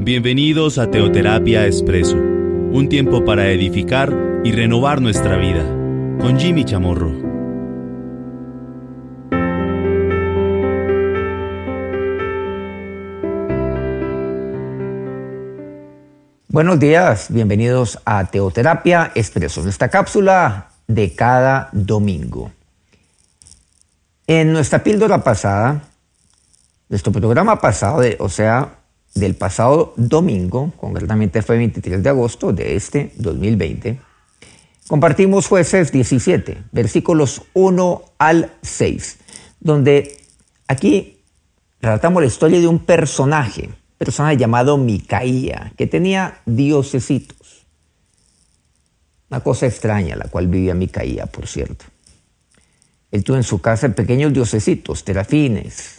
Bienvenidos a Teoterapia Expreso, un tiempo para edificar y renovar nuestra vida, con Jimmy Chamorro. Buenos días, bienvenidos a Teoterapia Expreso, nuestra cápsula de cada domingo. En nuestra píldora pasada, nuestro programa pasado, del pasado domingo, concretamente fue 23 de agosto de este 2020, compartimos Jueces 17, versículos 1 al 6, donde aquí relatamos la historia de un personaje llamado Micaía, que tenía diosesitos. Una cosa extraña la cual vivía Micaía, por cierto. Él tuvo en su casa pequeños diosesitos, terafines.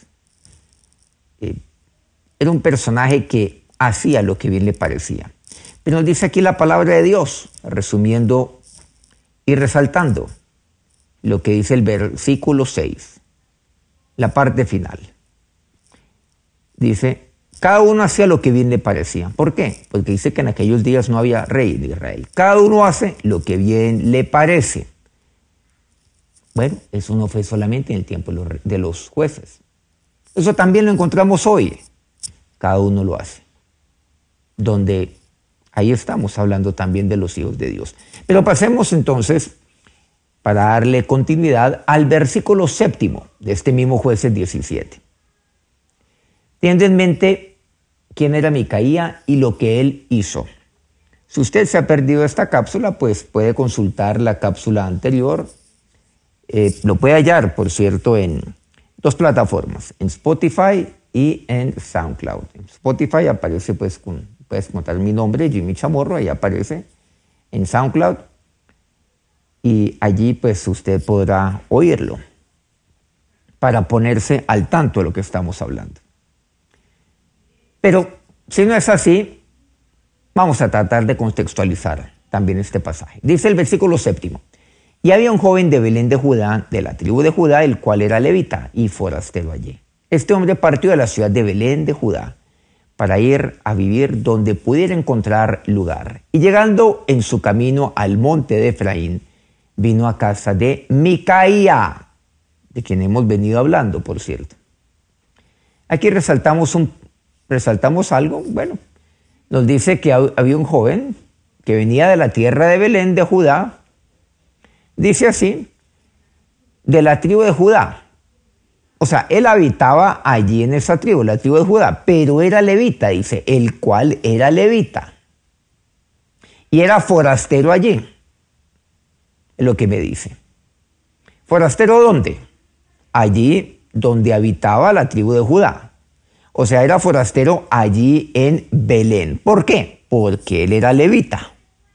Era un personaje que hacía lo que bien le parecía. Pero nos dice aquí la palabra de Dios, resumiendo y resaltando lo que dice el versículo 6, la parte final. Dice: cada uno hacía lo que bien le parecía. ¿Por qué? Porque dice que en aquellos días no había rey de Israel. Cada uno hace lo que bien le parece. Bueno, eso no fue solamente en el tiempo de los jueces. Eso también lo encontramos hoy. Cada uno lo hace. Donde ahí estamos hablando también de los hijos de Dios. Pero pasemos entonces, para darle continuidad, al versículo 7 de este mismo Jueces 17. Teniendo en mente quién era Micaía y lo que él hizo. Si usted se ha perdido esta cápsula, pues puede consultar la cápsula anterior. Lo puede hallar, por cierto, en dos plataformas, en Spotify y en SoundCloud. En Spotify aparece, puedes encontrar mi nombre, Jimmy Chamorro, ahí aparece en SoundCloud. Y allí pues usted podrá oírlo para ponerse al tanto de lo que estamos hablando. Pero si no es así, vamos a tratar de contextualizar también este pasaje. Dice el versículo 7: y había un joven de Belén de Judá, de la tribu de Judá, el cual era levita y forastero allí. Este hombre partió de la ciudad de Belén de Judá para ir a vivir donde pudiera encontrar lugar. Y llegando en su camino al monte de Efraín, vino a casa de Micaía, de quien hemos venido hablando, por cierto. Aquí resaltamos algo. Bueno, nos dice que había un joven que venía de la tierra de Belén de Judá. Dice así, de la tribu de Judá. O sea, él habitaba allí en esa tribu, la tribu de Judá, pero era levita, dice, el cual era levita. Y era forastero allí, es lo que me dice. ¿Forastero dónde? Allí donde habitaba la tribu de Judá. O sea, era forastero allí en Belén. ¿Por qué? Porque él era levita.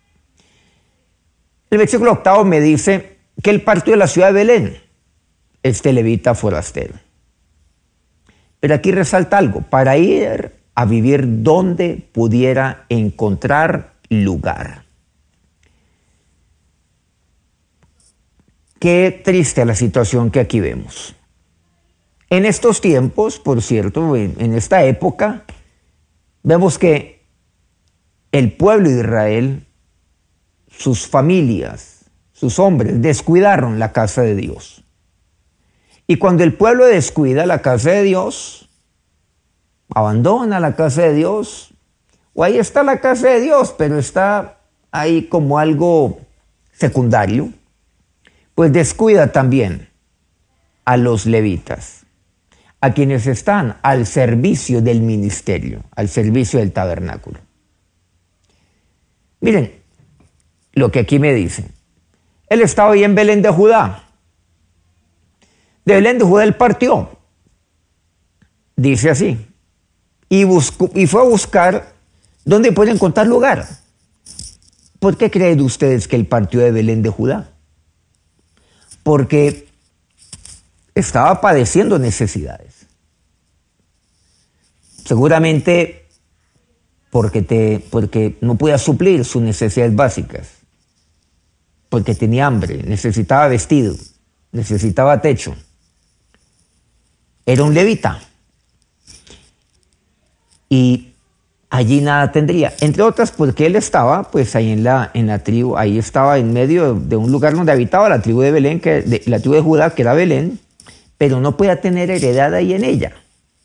El versículo 8 me dice que él partió de la ciudad de Belén, este levita forastero. Pero aquí resalta algo: para ir a vivir donde pudiera encontrar lugar. Qué triste la situación que aquí vemos. En estos tiempos, por cierto, en esta época, vemos que el pueblo de Israel, sus familias, sus hombres, descuidaron la casa de Dios. Y cuando el pueblo descuida la casa de Dios, abandona la casa de Dios, o ahí está la casa de Dios, pero está ahí como algo secundario, pues descuida también a los levitas, a quienes están al servicio del ministerio, al servicio del tabernáculo. Miren lo que aquí me dice. Él estaba ahí en Belén de Judá. De Belén de Judá él partió. Dice así. Y fue a buscar dónde puede encontrar lugar. ¿Por qué creen ustedes que él partió de Belén de Judá? Porque estaba padeciendo necesidades. Seguramente porque no podía suplir sus necesidades básicas. Porque tenía hambre, necesitaba vestido, necesitaba techo. Era un levita. Y allí nada tendría. Entre otras porque él estaba pues ahí en la tribu, ahí estaba en medio de un lugar donde habitaba la tribu de Belén, la tribu de Judá, que era Belén, pero no podía tener heredad ahí en ella,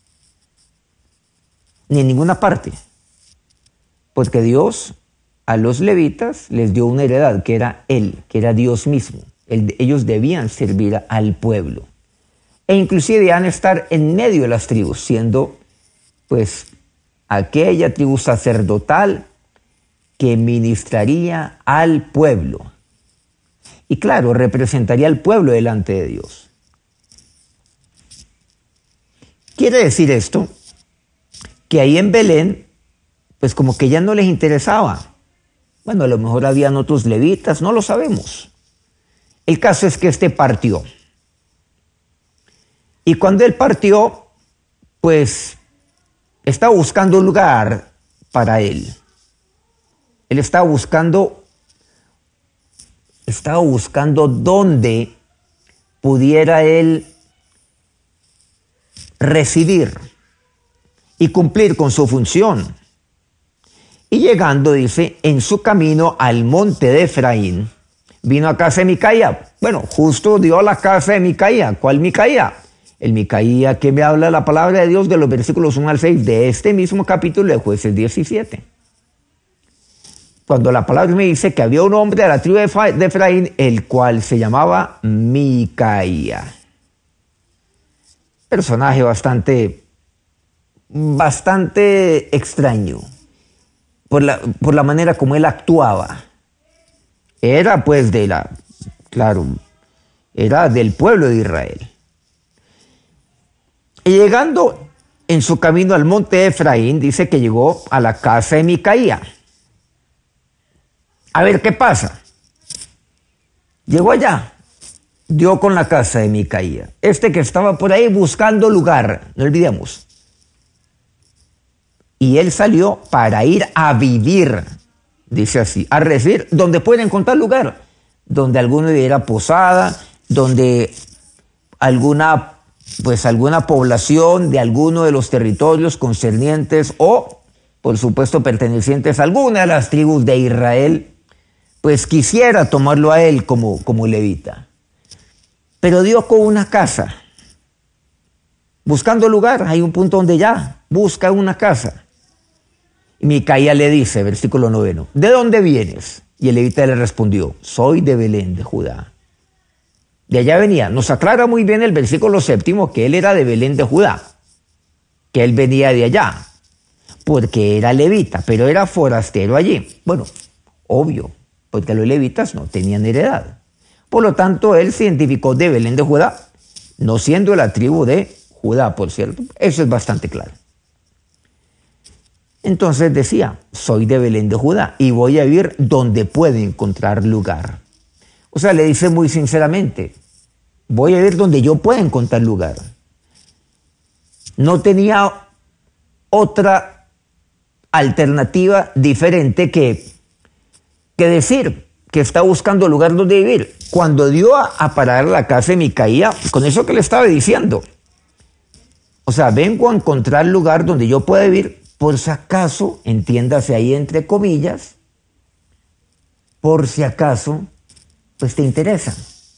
ni en ninguna parte, porque Dios a los levitas les dio una heredad que era Él, que era Dios mismo. Ellos debían servir al pueblo e inclusive debían estar en medio de las tribus, siendo pues aquella tribu sacerdotal que ministraría al pueblo. Y claro, representaría al pueblo delante de Dios. Quiere decir esto que ahí en Belén, pues como que ya no les interesaba. Bueno, a lo mejor habían otros levitas, no lo sabemos. El caso es que este partió. Y cuando él partió, pues estaba buscando un lugar para él. Él estaba buscando dónde pudiera él residir y cumplir con su función. Y llegando, dice, en su camino al monte de Efraín, vino a casa de Micaía. Bueno, justo dio a la casa de Micaía. ¿Cuál Micaía? El Micaía que me habla la palabra de Dios de los versículos 1 al 6 de este mismo capítulo de Jueces 17. Cuando la palabra me dice que había un hombre de la tribu de Efraín, el cual se llamaba Micaía. Personaje bastante extraño por la manera como él actuaba. Era pues era del pueblo de Israel. Y llegando en su camino al monte de Efraín, dice que llegó a la casa de Micaía. A ver qué pasa. Llegó allá, dio con la casa de Micaía. Este que estaba por ahí buscando lugar, no olvidemos. Y él salió para ir a vivir, dice así, a residir, donde pueden encontrar lugar, donde alguno diera posada, donde alguna población de alguno de los territorios concernientes o, por supuesto, pertenecientes a alguna de las tribus de Israel, pues quisiera tomarlo a él como levita. Pero dio con una casa. Buscando lugar, hay un punto donde ya busca una casa. Y Micaía le dice, versículo 9, ¿de dónde vienes? Y el levita le respondió, soy de Belén, de Judá. De allá venía. Nos aclara muy bien el versículo 7 que él era de Belén, de Judá. Que él venía de allá. Porque era levita, pero era forastero allí. Bueno, obvio, porque los levitas no tenían heredad. Por lo tanto, él se identificó de Belén, de Judá, no siendo la tribu de Judá, por cierto. Eso es bastante claro. Entonces decía, soy de Belén de Judá y voy a vivir donde pueda encontrar lugar. O sea, le dice muy sinceramente, voy a vivir donde yo pueda encontrar lugar. No tenía otra alternativa diferente que decir que está buscando lugar donde vivir. Cuando dio a parar la casa de Micaía, con eso que le estaba diciendo, o sea, vengo a encontrar lugar donde yo pueda vivir, por si acaso, entiéndase ahí entre comillas, por si acaso, pues te interesa.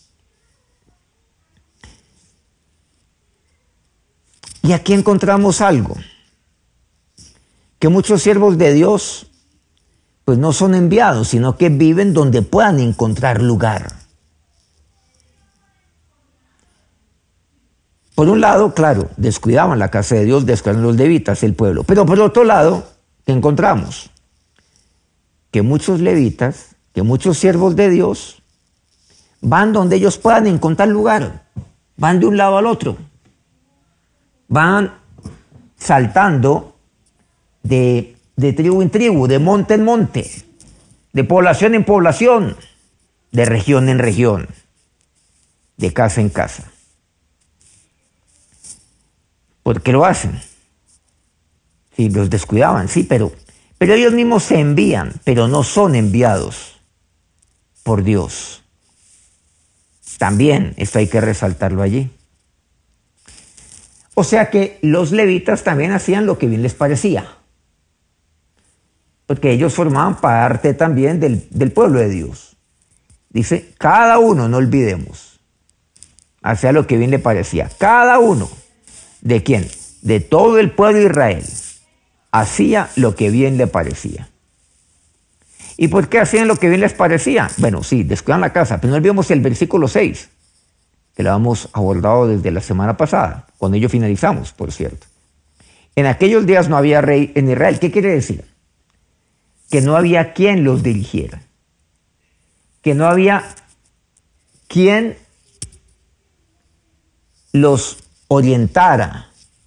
Y aquí encontramos algo, que muchos siervos de Dios, pues no son enviados, sino que viven donde puedan encontrar lugar. Por un lado, claro, descuidaban la casa de Dios, descuidaban los levitas, el pueblo. Pero por otro lado, ¿qué encontramos? Que muchos levitas, que muchos siervos de Dios, van donde ellos puedan encontrar lugar. Van de un lado al otro. Van saltando de tribu en tribu, de monte en monte, de población en población, de región en región, de casa en casa. ¿Por qué lo hacen? Sí, los descuidaban, sí, pero ellos mismos se envían, pero no son enviados por Dios. También esto hay que resaltarlo allí. O sea que los levitas también hacían lo que bien les parecía. porque ellos formaban parte también del pueblo de Dios. Dice, cada uno, no olvidemos, hacía lo que bien le parecía. Cada uno, ¿de quién? De todo el pueblo de Israel, hacía lo que bien le parecía. ¿Y por qué hacían lo que bien les parecía? Bueno, sí, descuidan la casa, pero no olvidemos el versículo 6, que lo hemos abordado desde la semana pasada, cuando ello finalizamos, por cierto. En aquellos días no había rey en Israel. ¿Qué quiere decir? Que no había quien los dirigiera, que no había quien los orientara,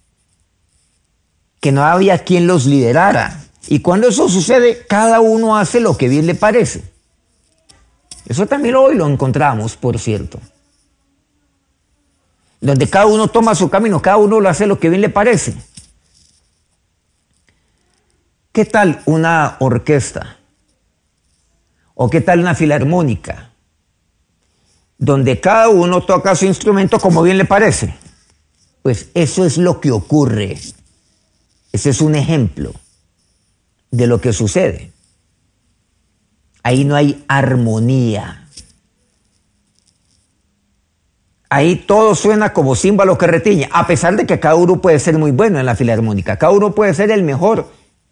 que no había quien los liderara. Y cuando eso sucede, cada uno hace lo que bien le parece. Eso también hoy lo encontramos, por cierto. Donde cada uno toma su camino, cada uno lo hace lo que bien le parece. ¿Qué tal una orquesta? ¿O qué tal una filarmónica? Donde cada uno toca su instrumento como bien le parece. Pues eso es lo que ocurre. Ese es un ejemplo de lo que sucede. Ahí no hay armonía. Ahí todo suena como címbalo que retiñe, a pesar de que cada uno puede ser muy bueno en la filarmónica. Cada uno puede ser el mejor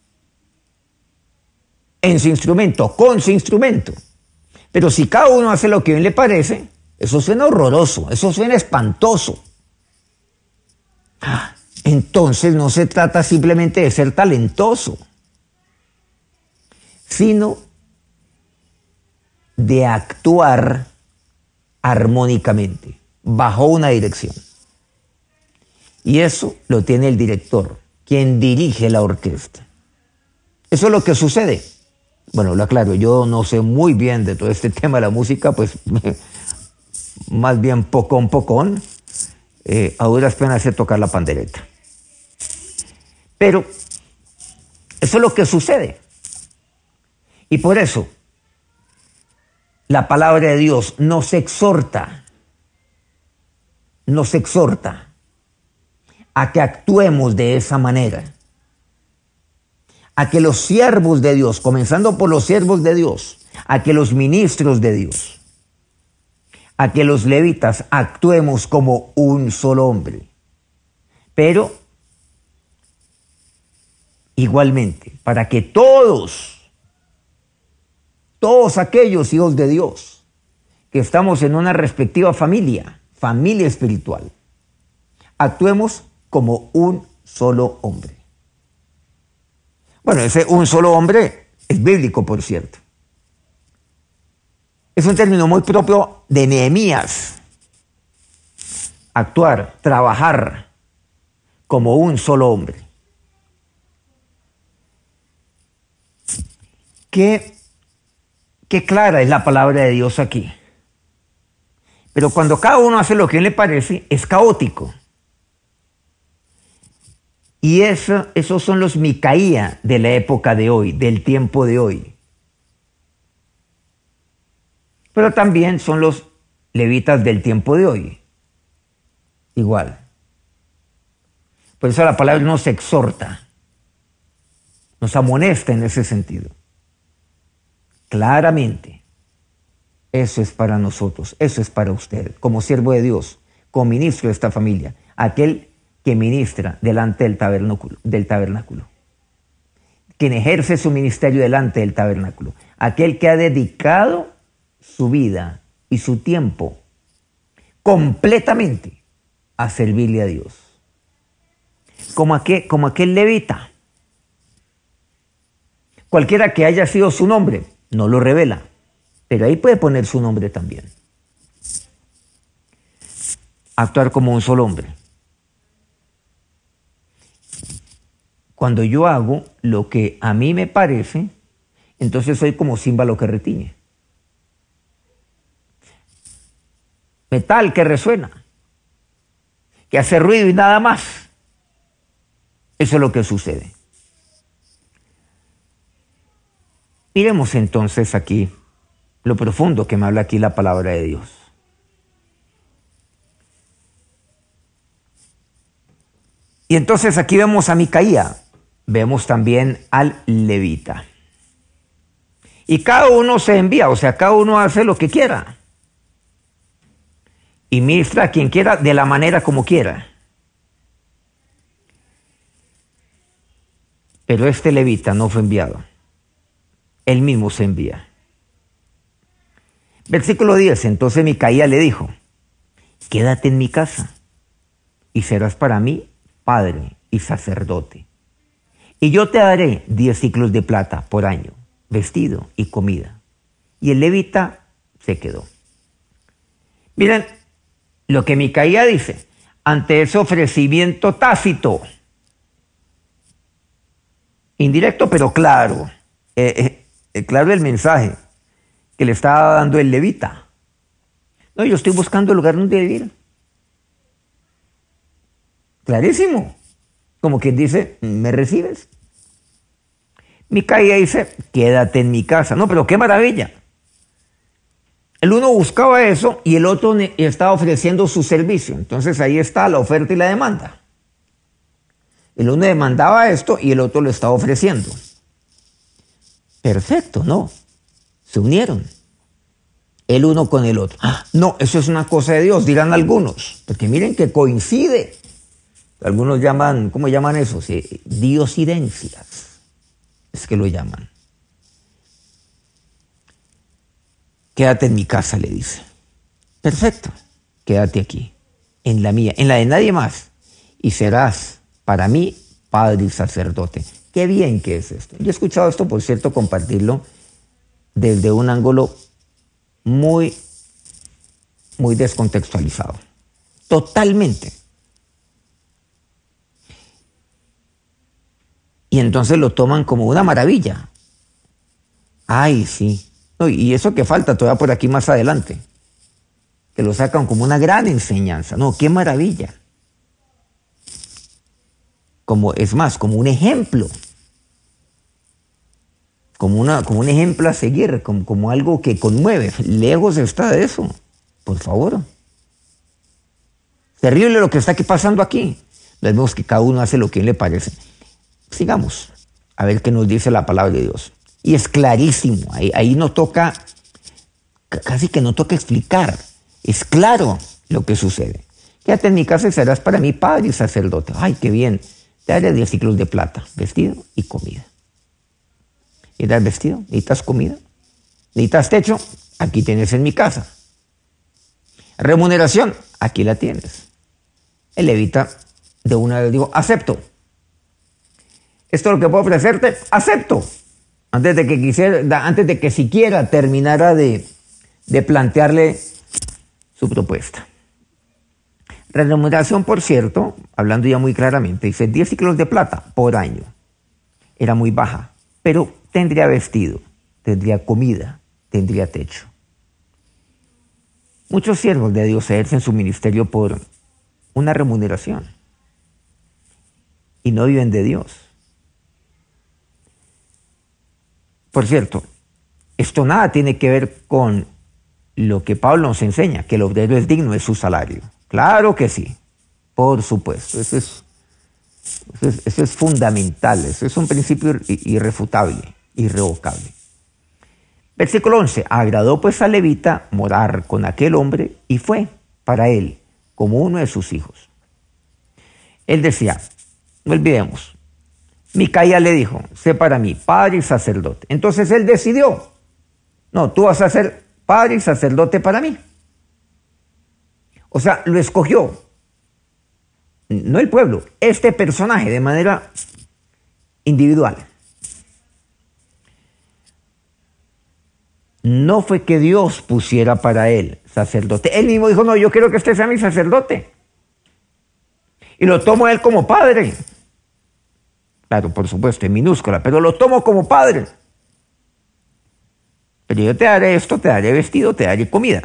en su instrumento, con su instrumento. Pero si cada uno hace lo que bien le parece, eso suena horroroso, eso suena espantoso. Entonces no se trata simplemente de ser talentoso, sino de actuar armónicamente, bajo una dirección. Y eso lo tiene el director, quien dirige la orquesta. Eso es lo que sucede. Bueno, lo aclaro, yo no sé muy bien de todo este tema de la música, pues más bien pocón. A duras penas sé tocar la pandereta. Pero eso es lo que sucede. Y por eso la palabra de Dios nos exhorta a que actuemos de esa manera. A que los siervos de Dios, comenzando por los siervos de Dios, a que los ministros de Dios, a que los levitas actuemos como un solo hombre. Pero igualmente, para que todos aquellos hijos de Dios que estamos en una respectiva familia espiritual, actuemos como un solo hombre. Bueno, ese un solo hombre es bíblico, por cierto. Es un término muy propio de Nehemías. Actuar, trabajar como un solo hombre. Qué clara es la palabra de Dios aquí. Pero cuando cada uno hace lo que le parece, es caótico. Y esos son los Micaía de la época de hoy, del tiempo de hoy. Pero también son los levitas del tiempo de hoy. Igual. Por eso la palabra nos exhorta, nos amonesta en ese sentido. Claramente, eso es para nosotros, eso es para usted, como siervo de Dios, como ministro de esta familia, aquel que ministra delante del tabernáculo, quien ejerce su ministerio delante del tabernáculo, aquel que ha dedicado su vida y su tiempo completamente a servirle a Dios. Como aquel levita. Cualquiera que haya sido su nombre, no lo revela, pero ahí puede poner su nombre también. Actuar como un solo hombre. Cuando yo hago lo que a mí me parece, entonces soy como címbalo que retiñe. Metal que resuena, que hace ruido y nada más. Eso es lo que sucede. Miremos entonces aquí lo profundo que me habla aquí la palabra de Dios. Y entonces aquí vemos a Micaía, vemos también al levita. Y cada uno se envía, o sea, cada uno hace lo que quiera. Y ministra a quien quiera de la manera como quiera. Pero este levita no fue enviado. Él mismo se envía. Versículo 10. Entonces Micaía le dijo: quédate en mi casa y serás para mí padre y sacerdote. Y yo te daré 10 ciclos de plata por año, vestido y comida. Y el levita se quedó. Miren lo que Micaía dice ante ese ofrecimiento tácito, indirecto pero claro, claro el mensaje que le estaba dando el levita. No, yo estoy buscando el lugar donde vivir. Clarísimo. Como quien dice, ¿me recibes? Micaía dice, quédate en mi casa. No, pero qué maravilla. El uno buscaba eso y el otro estaba ofreciendo su servicio. Entonces ahí está la oferta y la demanda. El uno demandaba esto y el otro lo estaba ofreciendo. Perfecto, ¿no? Se unieron. El uno con el otro. No, eso es una cosa de Dios, dirán algunos. Porque miren que coincide. Algunos llaman, ¿cómo llaman eso? Sí, diosidencias. Es que lo llaman. Quédate en mi casa, le dice. Perfecto, quédate aquí, en la mía, en la de nadie más. Y serás para mí padre y sacerdote. Qué bien que es esto. Yo he escuchado esto, por cierto, compartirlo desde un ángulo muy descontextualizado. Totalmente. Y entonces lo toman como una maravilla. Ay, sí. No, y eso que falta todavía por aquí más adelante. Que lo sacan como una gran enseñanza. No, qué maravilla. Es más, como un ejemplo. Como un ejemplo a seguir, como algo que conmueve. Lejos está de eso. Por favor. Terrible lo que está aquí pasando aquí. Vemos que cada uno hace lo que le parece. Sigamos a ver qué nos dice la palabra de Dios. Y es clarísimo. Ahí no toca, casi que no toca explicar. Es claro lo que sucede. Quédate en mi casa y serás para mí padre y sacerdote. Ay, qué bien. Te daré 10 ciclos de plata, vestido y comida. ¿Necesitas vestido? ¿Necesitas comida? ¿Necesitas techo? Aquí tienes en mi casa. Remuneración, aquí la tienes. El levita de una vez dijo, acepto. Esto es lo que puedo ofrecerte, acepto. Antes de que siquiera terminara de plantearle su propuesta. Remuneración, por cierto, hablando ya muy claramente, dice 10 ciclos de plata por año. Era muy baja, pero tendría vestido, tendría comida, tendría techo. Muchos siervos de Dios ejercen su ministerio por una remuneración y no viven de Dios. Por cierto, esto nada tiene que ver con lo que Pablo nos enseña, que el obrero es digno de su salario. Claro que sí, por supuesto. Eso es fundamental, eso es un principio irrefutable, irrevocable. Versículo 11, agradó pues al levita morar con aquel hombre y fue para él como uno de sus hijos. Él decía, no olvidemos, Micaía le dijo, sé para mí padre y sacerdote. Entonces él decidió, no, tú vas a ser padre y sacerdote para mí. O sea, lo escogió, no el pueblo, este personaje de manera individual. No fue que Dios pusiera para él sacerdote. Él mismo dijo, no, yo quiero que este sea mi sacerdote. Y lo tomo a él como padre. Claro, por supuesto, en minúscula, pero lo tomo como padre. Pero yo te daré esto, te daré vestido, te daré comida.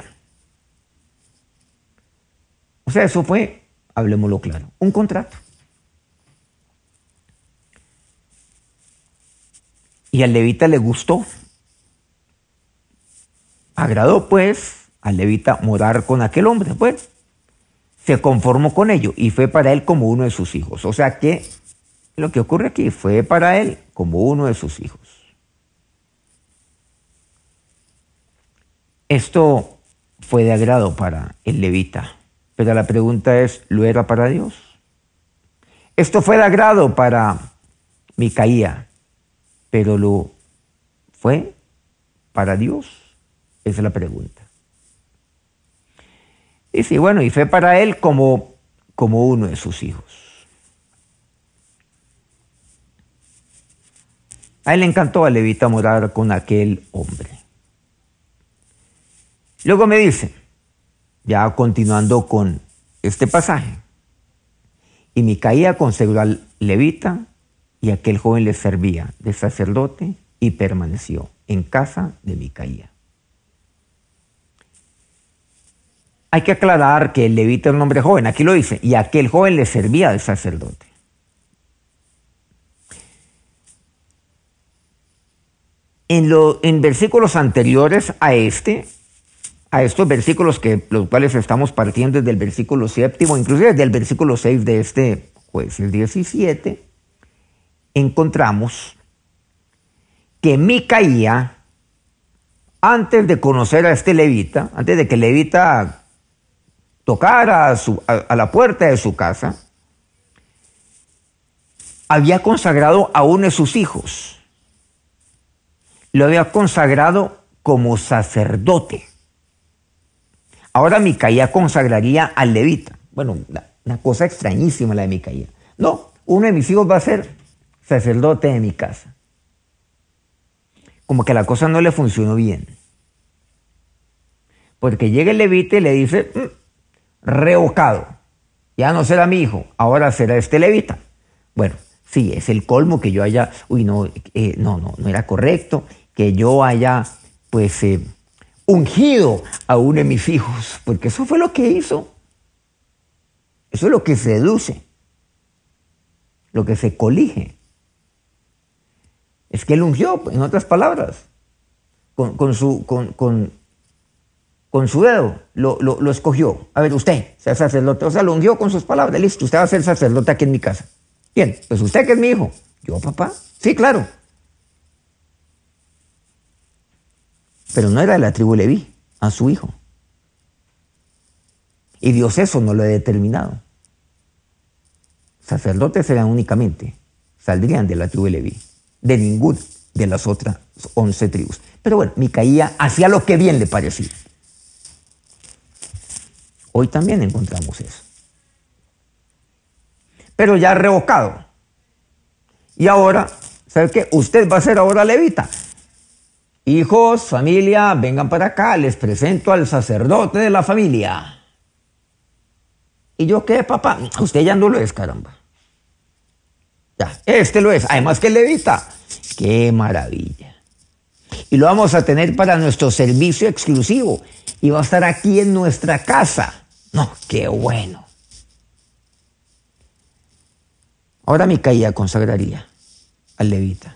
O sea, eso fue, hablemoslo claro, un contrato. Y al levita le gustó. Agradó pues al levita morar con aquel hombre, pues se conformó con ello y fue para él como uno de sus hijos. O sea que lo que ocurre aquí fue para él como uno de sus hijos. Esto fue de agrado para el levita, pero la pregunta es, ¿lo era para Dios? Esto fue de agrado para Micaía, pero ¿lo fue para Dios? Esa es la pregunta. Y sí, bueno, y fue para él como uno de sus hijos. A él le encantó al levita morar con aquel hombre. Luego me dice, ya continuando con este pasaje, y Micaía consagró al levita y aquel joven le servía de sacerdote y permaneció en casa de Micaía. Hay que aclarar que el levita era un hombre joven, aquí lo dice, y aquel joven le servía de sacerdote. En versículos anteriores a estos versículos los cuales estamos partiendo desde el versículo 7, inclusive desde el versículo 6 de este jueces 17, encontramos que Micaía, antes de conocer a este levita, antes de que el levita tocara a la puerta de su casa, había consagrado a uno de sus hijos. Lo había consagrado como sacerdote. Ahora Micaía consagraría al levita. Bueno, una cosa extrañísima la de Micaía. No, uno de mis hijos va a ser sacerdote de mi casa. Como que la cosa no le funcionó bien. Porque llega el levita y le dice, revocado, ya no será mi hijo, ahora será este levita. Bueno, sí, es el colmo que yo haya, no era correcto que yo haya, pues, ungido a uno de mis hijos, porque eso fue lo que hizo. Eso es lo que seduce, lo que se colige. Es que él ungió, en otras palabras, con su dedo, lo escogió. A ver, usted, sea sacerdote, o sea, lo ungió con sus palabras. Listo, usted va a ser sacerdote aquí en mi casa. Bien, pues usted que es mi hijo. ¿Yo, papá? Sí, claro. Pero no era de la tribu de Leví, a su hijo. Y Dios eso no lo ha determinado. Sacerdotes serán únicamente, saldrían de la tribu de Leví, de ninguna de las otras 11 tribus. Pero bueno, Micaía hacía lo que bien le parecía. Hoy también encontramos eso. Pero ya revocado. Y ahora, ¿sabe qué? Usted va a ser ahora levita. Hijos, familia, vengan para acá, les presento al sacerdote de la familia. ¿Y yo qué, papá? Usted ya no lo es, caramba. Ya, este lo es, además que levita. ¡Qué maravilla! Y lo vamos a tener para nuestro servicio exclusivo. Y va a estar aquí en nuestra casa. No, qué bueno. Ahora Micaía consagraría al levita.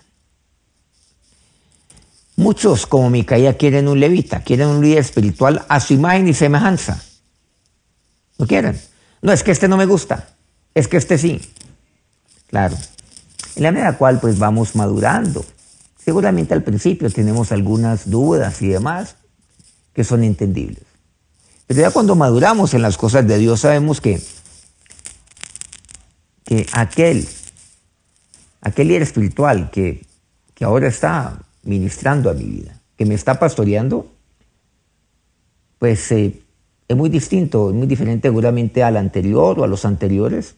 Muchos, como Micaía, quieren un levita, quieren un líder espiritual a su imagen y semejanza. ¿Lo quieren? No, es que este no me gusta, es que este sí. Claro, en la medida en la cual pues vamos madurando. Seguramente al principio tenemos algunas dudas y demás que son entendibles. Pero ya cuando maduramos en las cosas de Dios sabemos que aquel líder espiritual que ahora está ministrando a mi vida, que me está pastoreando, pues es muy distinto, es muy diferente seguramente al anterior o a los anteriores,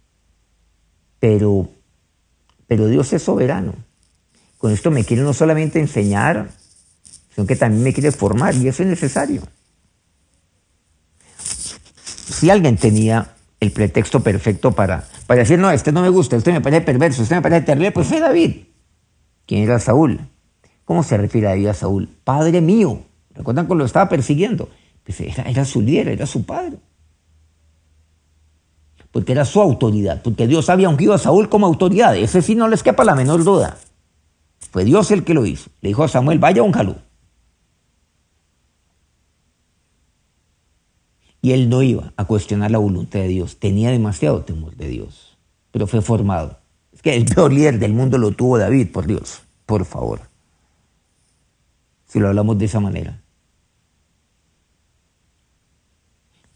pero Dios es soberano. Con esto me quiere no solamente enseñar, sino que también me quiere formar, y eso es necesario. Si alguien tenía el pretexto perfecto para decir, no, este no me gusta, este me parece perverso, este me parece terrible, pues fue David. ¿Quién era Saúl? ¿Cómo se refiere a David a Saúl? Padre mío. ¿Recuerdan cuando lo estaba persiguiendo? Pues era su líder, era su padre. Porque era su autoridad, porque Dios había ungido a Saúl como autoridad. Ese sí no les quepa la menor duda. Fue Dios el que lo hizo. Le dijo a Samuel, vaya, únjalo. Y él no iba a cuestionar la voluntad de Dios. Tenía demasiado temor de Dios, pero fue formado. Es que el peor líder del mundo lo tuvo David, por Dios, por favor. Si lo hablamos de esa manera.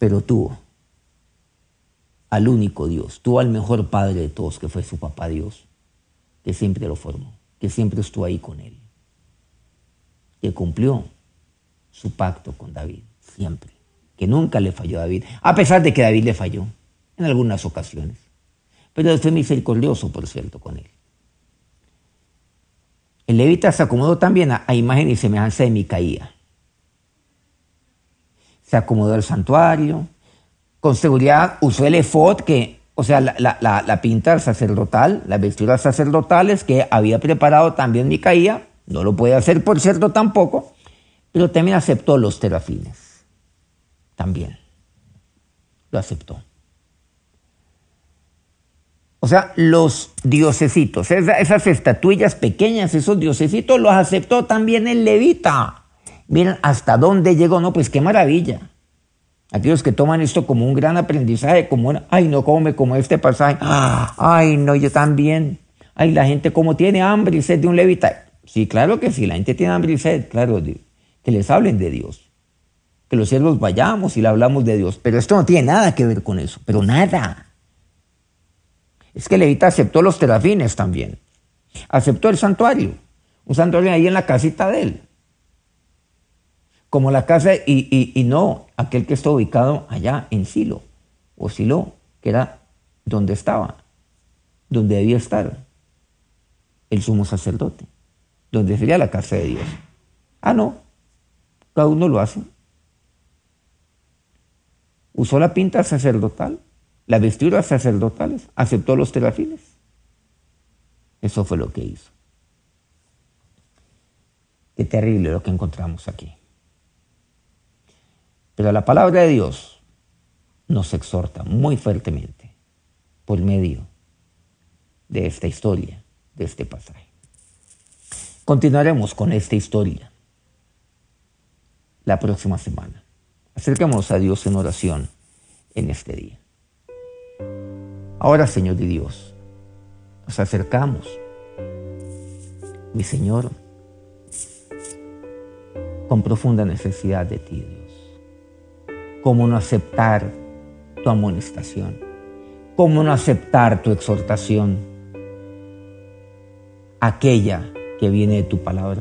pero tuvo al único Dios, tuvo al mejor padre de todos, que fue su papá Dios, que siempre lo formó, que siempre estuvo ahí con él, que cumplió su pacto con David, siempre, que nunca le falló a David, a pesar de que David le falló en algunas ocasiones, pero Dios fue misericordioso, por cierto, con él. El levita se acomodó también a imagen y semejanza de Micaía. Se acomodó al santuario, con seguridad usó el efod, la pinta sacerdotal, las vestiduras sacerdotales que había preparado también Micaía. No lo puede hacer, por cierto, tampoco, pero también aceptó los terafines. También lo aceptó. O sea, los diosesitos, esas estatuillas pequeñas, esos diosesitos, los aceptó también el levita. Miren hasta dónde llegó, ¿no? Pues qué maravilla. Aquellos que toman esto como un gran aprendizaje, ay no, cómo me como este pasaje, ay no, yo también, ay la gente como tiene hambre y sed de un levita. Sí, claro que sí, la gente tiene hambre y sed, claro, que les hablen de Dios, que los siervos vayamos y le hablamos de Dios, pero esto no tiene nada que ver con eso, pero nada. Es que el levita aceptó los terafines también, aceptó el santuario, un santuario ahí en la casita de él, como la casa y no aquel que está ubicado allá en Silo, o Silo, que era donde estaba, donde debía estar el sumo sacerdote, donde sería la casa de Dios. No, cada uno lo hace. Usó la pinta sacerdotal, las vestiduras sacerdotales, aceptó los terafines. Eso fue lo que hizo. Qué terrible lo que encontramos aquí. Pero la palabra de Dios nos exhorta muy fuertemente por medio de esta historia, de este pasaje. Continuaremos con esta historia la próxima semana. Acerquémonos a Dios en oración en este día. Ahora, Señor y Dios, nos acercamos, mi Señor, con profunda necesidad de ti, Dios. ¿Cómo no aceptar tu amonestación? ¿Cómo no aceptar tu exhortación? Aquella que viene de tu palabra.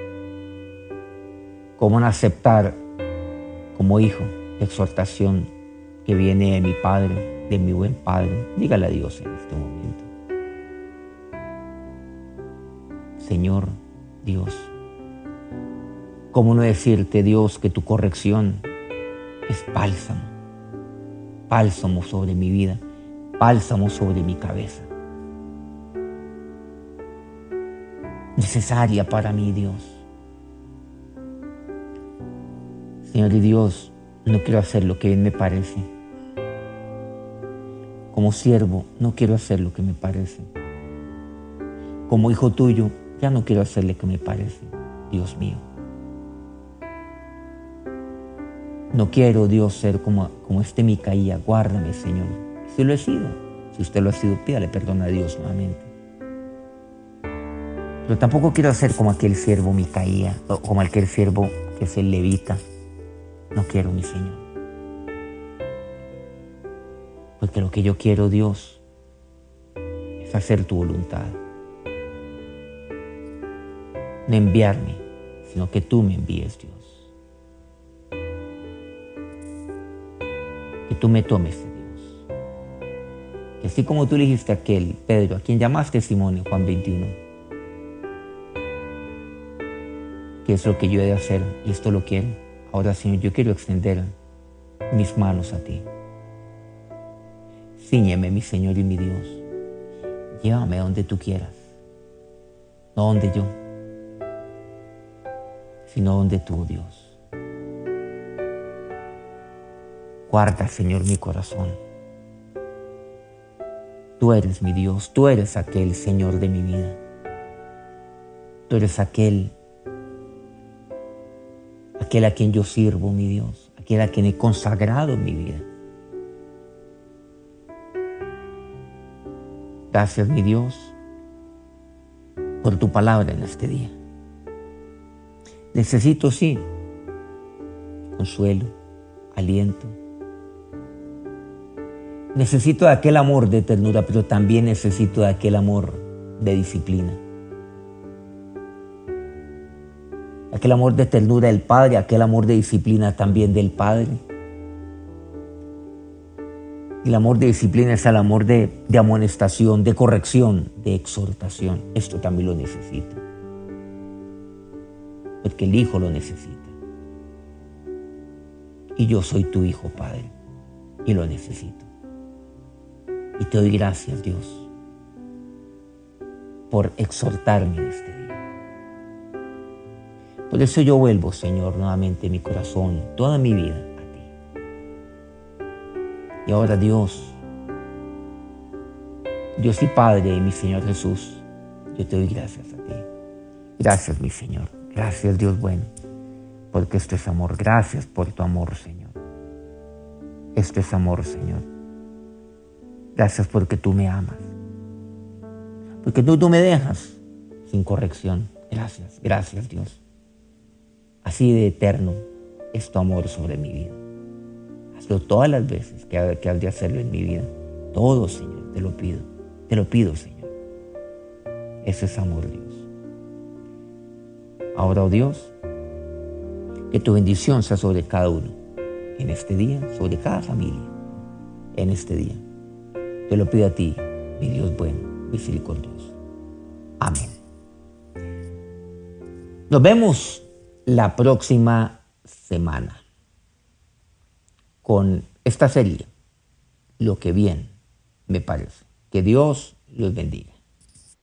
¿Cómo no aceptar como hijo la exhortación que viene de mi Padre, de mi buen Padre? Dígale a Dios en este momento. Señor Dios, ¿cómo no decirte, Dios, que tu corrección es bálsamo, bálsamo sobre mi vida, bálsamo sobre mi cabeza? Necesaria para mí, Dios. Señor y Dios, no quiero hacer lo que bien me parece. Como siervo, no quiero hacer lo que me parece. Como hijo tuyo, ya no quiero hacer lo que me parece, Dios mío. No quiero, Dios, ser como este Micaía. Guárdame, Señor. Si lo he sido, si usted lo ha sido, pídale perdón a Dios nuevamente. Pero tampoco quiero ser como aquel siervo Micaía, o como aquel siervo que es el levita. No quiero, mi Señor. Porque lo que yo quiero, Dios, es hacer tu voluntad. No enviarme, sino que tú me envíes, Dios. Que tú me tomes, Dios. Que así como tú le dijiste a aquel Pedro, a quien llamaste Simón en Juan 21, que es lo que yo he de hacer y esto lo quiero. Ahora, Señor, yo quiero extender mis manos a ti. Cíñeme, mi Señor y mi Dios. Llévame a donde tú quieras. No donde yo, sino donde tú, Dios. Guarda, Señor, mi corazón. Tú eres mi Dios, tú eres aquel Señor de mi vida. Tú eres aquel a quien yo sirvo, mi Dios, aquel a quien he consagrado mi vida. Gracias, mi Dios, por tu palabra en este día. Necesito, sí, consuelo, aliento, Necesito de aquel amor de ternura, pero también necesito de aquel amor de disciplina. Aquel amor de ternura del Padre, aquel amor de disciplina también del Padre. El amor de disciplina es el amor de amonestación, de corrección, de exhortación. Esto también lo necesito. Porque el Hijo lo necesita. Y yo soy tu Hijo, Padre, y lo necesito. Y te doy gracias, Dios, por exhortarme en este día. Por eso yo vuelvo, Señor, nuevamente mi corazón, toda mi vida a ti. Y ahora, Dios y Padre, mi Señor Jesús, yo te doy gracias a ti. Gracias, mi Señor. Gracias, Dios bueno, porque esto es amor. Gracias por tu amor, Señor. Esto es amor, Señor. Gracias porque tú me amas. Porque tú no me dejas sin corrección. Gracias, gracias, Dios. Así de eterno es tu amor sobre mi vida. Hazlo todas las veces que has de hacerlo en mi vida. Todo, Señor, te lo pido. Te lo pido, Señor. Ese es amor, Dios. Ahora, oh Dios, que tu bendición sea sobre cada uno en este día, sobre cada familia en este día. Te lo pido a ti, mi Dios bueno, misericordioso. Amén. Nos vemos la próxima semana con esta serie, Lo que bien me parece. Que Dios los bendiga.